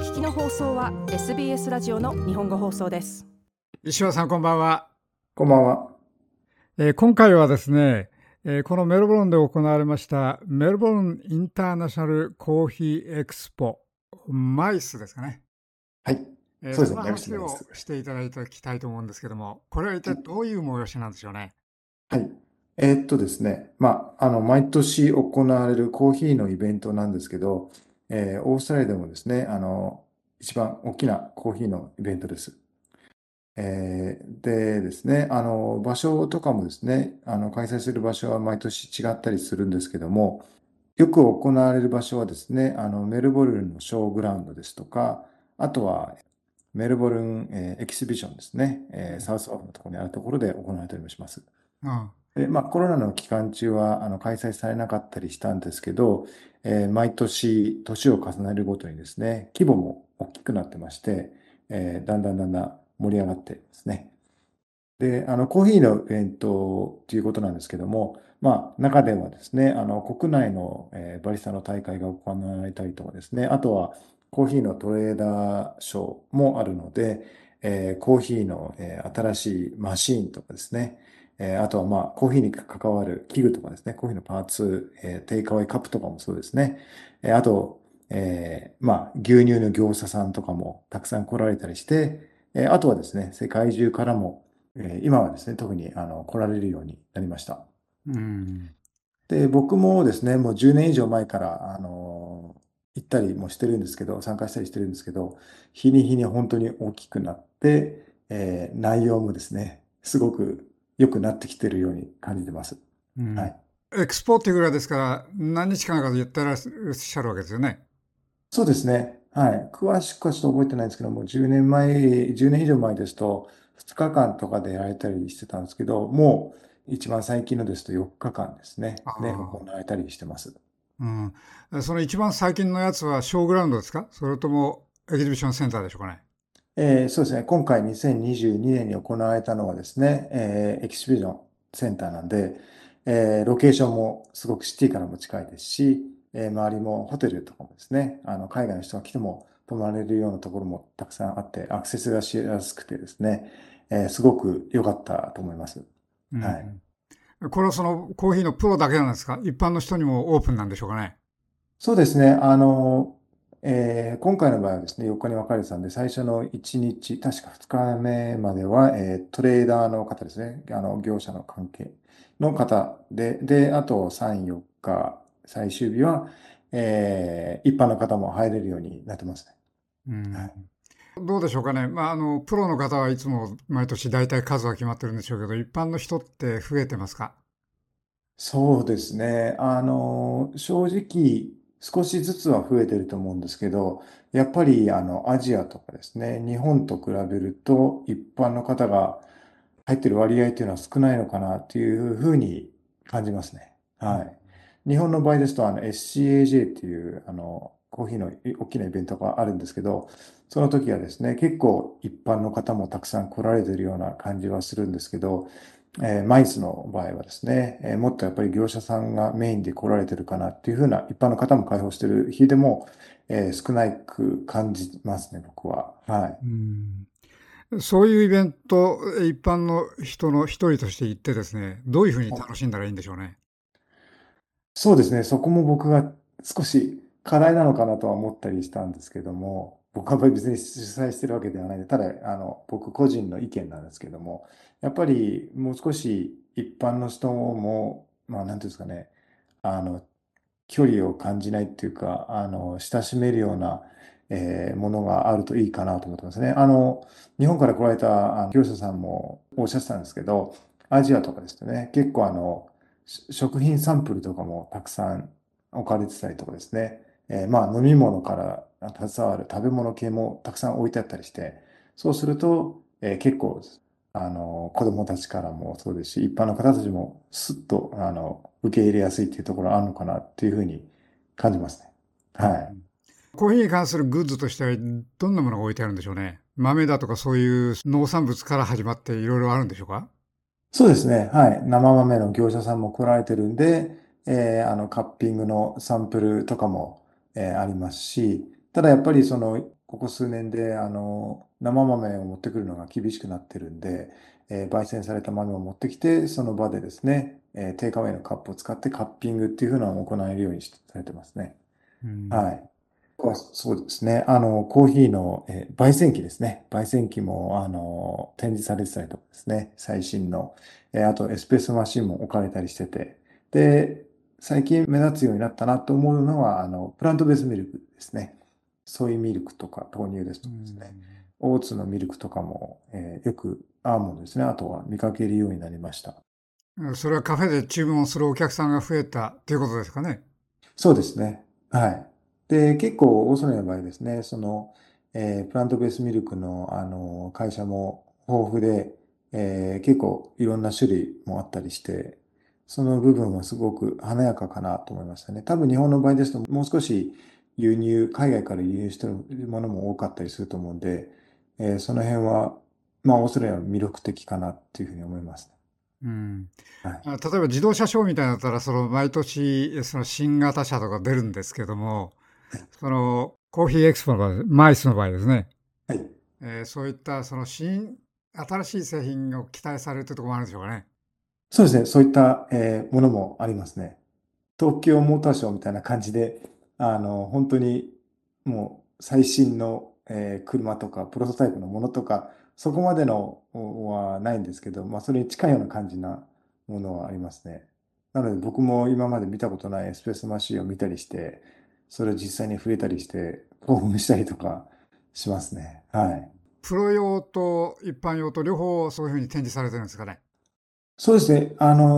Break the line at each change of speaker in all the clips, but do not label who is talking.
聞きの放送は SBS ラジオの日本語放送です。
石尾さん、こんばんは。
こんばんは。
今回はですね、このメルボルンで行われましたメルボルンインターナショナルコーヒーエクスポマイスですかね。
はい。そうですね。
その話をしていただきたいと思うんですけども、これは一体どういう催しなんでしょうね。
はい。ですね。毎年行われるコーヒーのイベントなんですけど、オーストラリアでもですね、一番大きなコーヒーのイベントです。でですね、場所とかもですね、開催する場所は毎年違ったりするんですけども、よく行われる場所はですね、メルボルンのショーグラウンドですとか、あとはメルボルン、エキシビションですね、サウスオフのところにあるところで行われたりもします。
うん。
で、コロナの期間中は開催されなかったりしたんですけど、毎年、年を重ねるごとにですね、規模も大きくなってまして、だんだん盛り上がってですね。で、コーヒーのイベントということなんですけども、中ではですね、国内の、バリスタの大会が行われたりとかですね、あとはコーヒーのトレーダーショーもあるので、コーヒーの、新しいマシーンとかですね、あとはコーヒーに関わる器具とかですね、コーヒーのパーツ、テイクアウェイカップとかもそうですね、あと、牛乳の業者さんとかもたくさん来られたりして、あとはですね、世界中からも今はですね、特に来られるようになりました。
うん。
で、僕もですね、もう10年以上前から、行ったりもしてるんですけど、参加したりしてるんですけど、日に日に本当に大きくなって、内容もですね、すごく良くなってきてるように感じてます。
うん。
はい。
エクスポっていうぐらいですから、何日間かで言ってらっしゃるわけですよね。
そうですね。はい。詳しくはちょっと覚えてないんですけども、10年前、10年以上前ですと、2日間とかでやられたりしてたんですけど、もう一番最近のですと4日間ですね。
あ
で、行
あ。
われたりしてます。
うん。その一番最近のやつはショーグラウンドですか、それともエキシビションセンターでしょうかね。
そうですね。今回2022年に行われたのはですね、エキシビジョンセンターなんで、ロケーションもすごくシティからも近いですし、周りもホテルとかもですね、海外の人が来ても泊まれるようなところもたくさんあって、アクセスがしやすくてですね、すごく良かったと思います。
う
はい。
ん。これはそのコーヒーのプロだけなんですか、一般の人にもオープンなんでしょうかね。
そうですね。今回の場合はですね、4日に分かれてたんで、最初の1日、確か2日目までは、トレーダーの方ですね。業者の関係の方で、あと3、4日、最終日は、一般の方も入れるようになってますね。
うん。
はい。
どうでしょうかね。プロの方はいつも毎年大体数は決まってるんでしょうけど、一般の人って増えてますか？
そうですね。正直、少しずつは増えてると思うんですけど、やっぱり、アジアとかですね、日本と比べると、一般の方が入ってる割合っていうのは少ないのかなっていうふうに感じますね。
うん。
はい。日本の場合ですと、SCAJ っていう、コーヒーの大きなイベントがあるんですけど、その時はですね、結構一般の方もたくさん来られてるような感じはするんですけど、マイスの場合はですね、もっとやっぱり業者さんがメインで来られてるかなっていうふうな一般の方も開放してる日でも、少ないく感じますね、僕は。はい。
うん。そういうイベント、一般の人の一人として行ってですね、どういうふうに楽しんだらいいんでしょうね。
そうですね。そこも僕が少し課題なのかなとは思ったりしたんですけども、僕は別に主催してるわけではないので、ただ、僕個人の意見なんですけども、やっぱりもう少し一般の人も、なんていうんですかね、あの、距離を感じないっていうか、親しめるような、ものがあるといいかなと思ってますね。日本から来られた業者さんもおっしゃってたんですけど、アジアとかですとね、結構食品サンプルとかもたくさん置かれてたりとかですね、飲み物から携わる食べ物系もたくさん置いてあったりして、そうすると、結構子供たちからもそうですし、一般の方たちもスッと、受け入れやすいっていうところがあるのかなっていうふうに感じますね。
うん。
はい。
コーヒーに関するグッズとしてはどんなものが置いてあるんでしょうね。豆だとかそういう農産物から始まっていろいろあるんでしょうか？
そうですね。はい。生豆の業者さんも来られてるんで、カッピングのサンプルとかも、ありますし、ただやっぱりそのここ数年で、生豆を持ってくるのが厳しくなってるんで、焙煎された豆を持ってきて、その場でですね、テイクアウェイのカップを使ってカッピングっていうふうなのを行えるようにされてますね。
うん。
はい。そうですね。コーヒーの、焙煎機ですね。焙煎機も、展示されてたりとかですね。最新の。あと、エスプレッソマシンも置かれたりしてて。で、最近目立つようになったなと思うのは、プラントベースミルクですね。ソイミルクとか豆乳です
う
とかですね。
ん。
オーツのミルクとかも、よくアーモンドですね。あとは見かけるようになりました。
それはカフェで注文するお客さんが増えたということですかね。
そうですね。はい。で、結構、オーストラリアの場合ですね、プラントベースミルクの、会社も豊富で、結構いろんな種類もあったりして、その部分はすごく華やかかなと思いましたね。多分日本の場合ですと、もう少し海外から輸入してるものも多かったりすると思うんで、その辺は、まあ、オーストラリアは魅力的かなっていうふうに思いますね。
うん。
はい。
例えば自動車ショーみたいなのだったら、毎年、新型車とか出るんですけども、コーヒーエクスポの場合、マイスの場合ですね。
はい。
そういった新しい製品を期待されるというところもあるんでしょうかね。
そうですね。そういった、ものもありますね。東京モーターショーみたいな感じで、本当にもう最新の、車とかプロトタイプのものとか、そこまでのはないんですけど、まあ、それに近いような感じなものはありますね。なので僕も今まで見たことないエスプレッソマシンを見たりして、それを実際に触れたりして、興奮したりとかしますね。はい。
プロ用と一般用と両方そういうふうに展示されてるんですかね。
そうですね。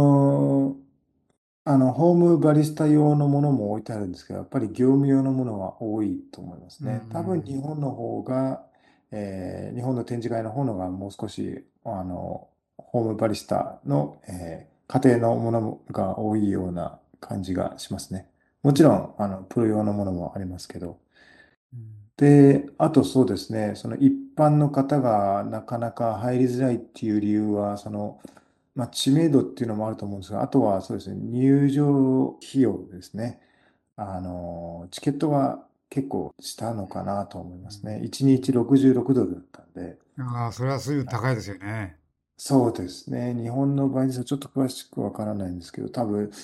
ホームバリスタ用のものも置いてあるんですけど、やっぱり業務用のものは多いと思います
う
ね。多分
ん。
日本の方が、日本の展示会の方のがもう少し、ホームバリスタの、家庭のものが多いような感じがしますね。もちろん、プロ用のものもありますけど。
うん。
で、あとそうですね、その一般の方がなかなか入りづらいっていう理由は、まあ、知名度っていうのもあると思うんですが、あとはそうですね、入場費用ですね。チケットが結構したのかなと思いますね。1日66ドルだったんで、
ああ、それは随分高いですよね。
そうですね。日本の場合ですとちょっと詳しくわからないんですけど、多分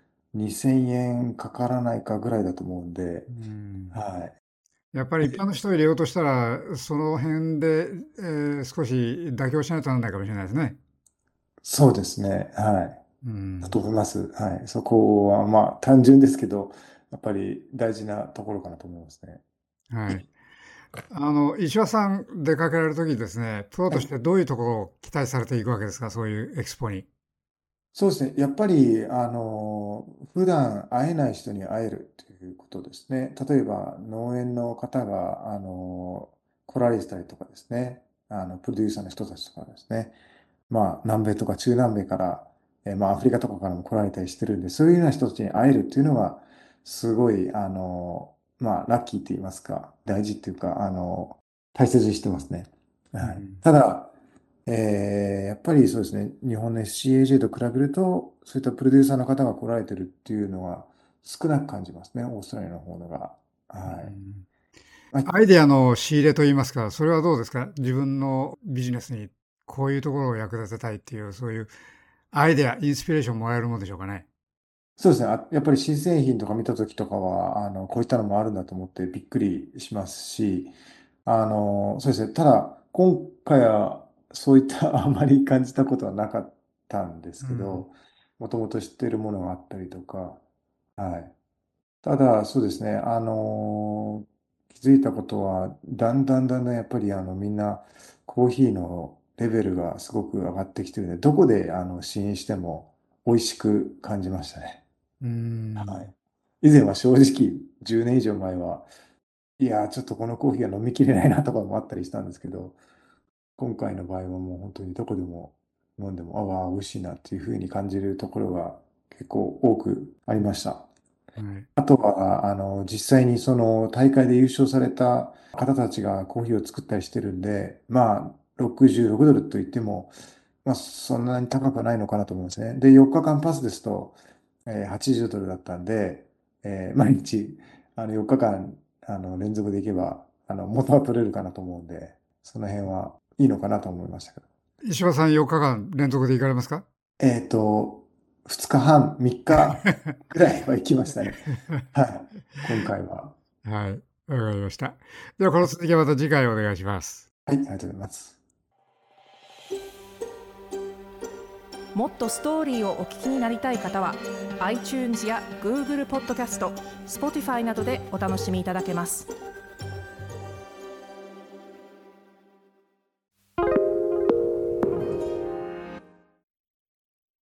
2000円かからないかぐらいだと思うんで、
うん。
はい。
やっぱり一般の人を入れようとしたら、その辺で、少し妥協しないとならないかもしれないですね。
そうですね。はい。
うん。
だと思います。はい。そこはまあ単純ですけど、やっぱり大事なところかなと思いますね。
はい。石破さん出かけられるときですね、プロ
はい。
としてどういうところを期待されていくわけですか、そういうエキスポに。
そうですね。やっぱり、普段会えない人に会えるということですね。例えば、農園の方が、来られてたりとかですね。プロデューサーの人たちとかですね。まあ、南米とか中南米から、まあ、アフリカとかからも来られたりしてるんで、そういうような人たちに会えるっていうのが、すごい、まあ、ラッキーって言いますか、大事っていうか、大切にしてますね。はい。
うん。
ただ、やっぱりそうですね、日本の SCAJ と比べると、そういったプロデューサーの方が来られてるっていうのは少なく感じますね、オーストラリアの方のが。
う
はい。
ん。
まあ、
アイデアの仕入れといいますか、それはどうですか、自分のビジネスにこういうところを役立てたいっていう、そういうアイデア、インスピレーションもらえるもんでしょうかね。
そうですね、やっぱり新製品とか見たときとかは、こういったのもあるんだと思ってびっくりしますし、そうですね、ただ、今回はそういったあまり感じたことはなかったんです
うん。
けど、もともと知っているものがあったりとか、はい。ただ、そうですね、気づいたことは、だんだんやっぱりみんなコーヒーのレベルがすごく上がってきてるので、どこで試飲しても美味しく感じましたね。
うん。
はい。以前は正直10年以上前は、いやー、ちょっとこのコーヒーは飲みきれないなとかもあったりしたんですけど、今回の場合はもう本当にどこでも飲んでも、あわー、美味しいなっていうふうに感じるところが結構多くありました。
はい。
あとは、実際にその大会で優勝された方たちがコーヒーを作ったりしてるんで、まあ、66ドルといっても、まあ、そんなに高くはないのかなと思うんですね。で、4日間パスですと、80ドルだったんで、毎日、4日間、連続で行けば、 元は取れるかなと思うんで、その辺はいいのかなと思いましたけど。
石破さん4日間連続で行かれますか？
2日半、3日ぐらいは行きましたね。はい。今回は。
はい。わかりました。では、この続きはまた次回お願いします。
はい、ありがとうございます。
もっとストーリーをお聞きになりたい方は iTunes や Google ポッドキャスト、Spotify などでお楽しみいただけます。